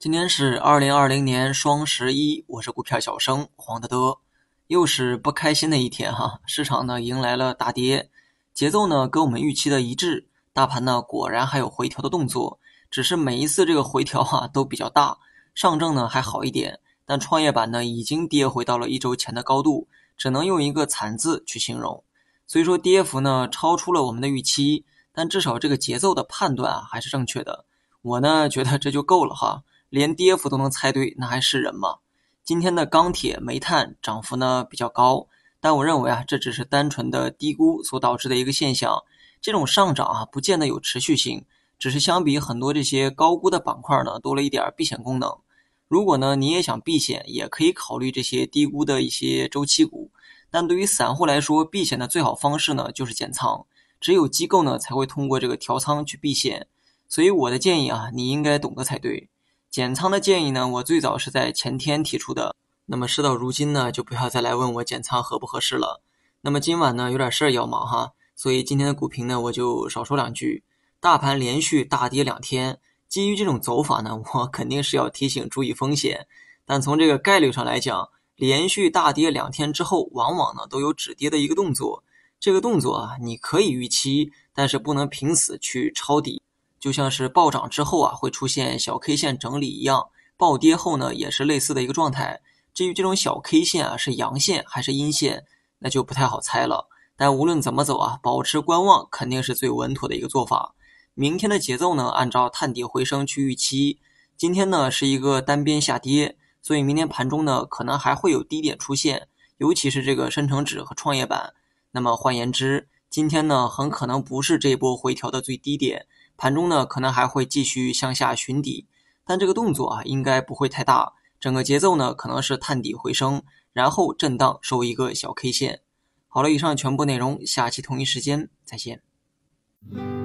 今天是2020年双11，我是股票小生黄德德，又是不开心的一天哈。市场呢迎来了大跌，节奏呢跟我们预期的一致，大盘呢果然还有回调的动作，只是每一次这个回调都比较大。上证呢还好一点，但创业板呢已经跌回到了一周前的高度，只能用一个惨字去形容。所以说跌幅呢超出了我们的预期，但至少这个节奏的判断还是正确的。我呢觉得这就够了哈。连跌幅都能猜对，那还是人吗？今天的钢铁、煤炭涨幅呢比较高，但我认为这只是单纯的低估所导致的一个现象。这种上涨不见得有持续性，只是相比很多这些高估的板块呢，多了一点避险功能。如果呢你也想避险，也可以考虑这些低估的一些周期股。但对于散户来说，避险的最好方式呢就是减仓，只有机构呢才会通过这个调仓去避险。所以我的建议你应该懂得才对。减仓的建议呢，我最早是在前天提出的。那么事到如今呢，就不要再来问我减仓合不合适了。那么今晚呢，有点事儿要忙哈，所以今天的股评呢，我就少说两句。大盘连续大跌2天，基于这种走法呢，我肯定是要提醒注意风险。但从这个概率上来讲，连续大跌2天之后，往往呢都有止跌的一个动作。这个动作你可以预期，但是不能凭死去抄底。就像是暴涨之后会出现小 K 线整理一样，暴跌后呢也是类似的一个状态。至于这种小 K 线是阳线还是阴线，那就不太好猜了。但无论怎么走保持观望肯定是最稳妥的一个做法。明天的节奏呢，按照探底回升去预期。今天呢是一个单边下跌，所以明天盘中呢可能还会有低点出现，尤其是这个深成指和创业板。那么换言之，今天呢很可能不是这波回调的最低点。盘中呢可能还会继续向下寻底，但这个动作应该不会太大，整个节奏呢可能是探底回升，然后震荡收一个小 K 线。好了，以上全部内容，下期同一时间再见。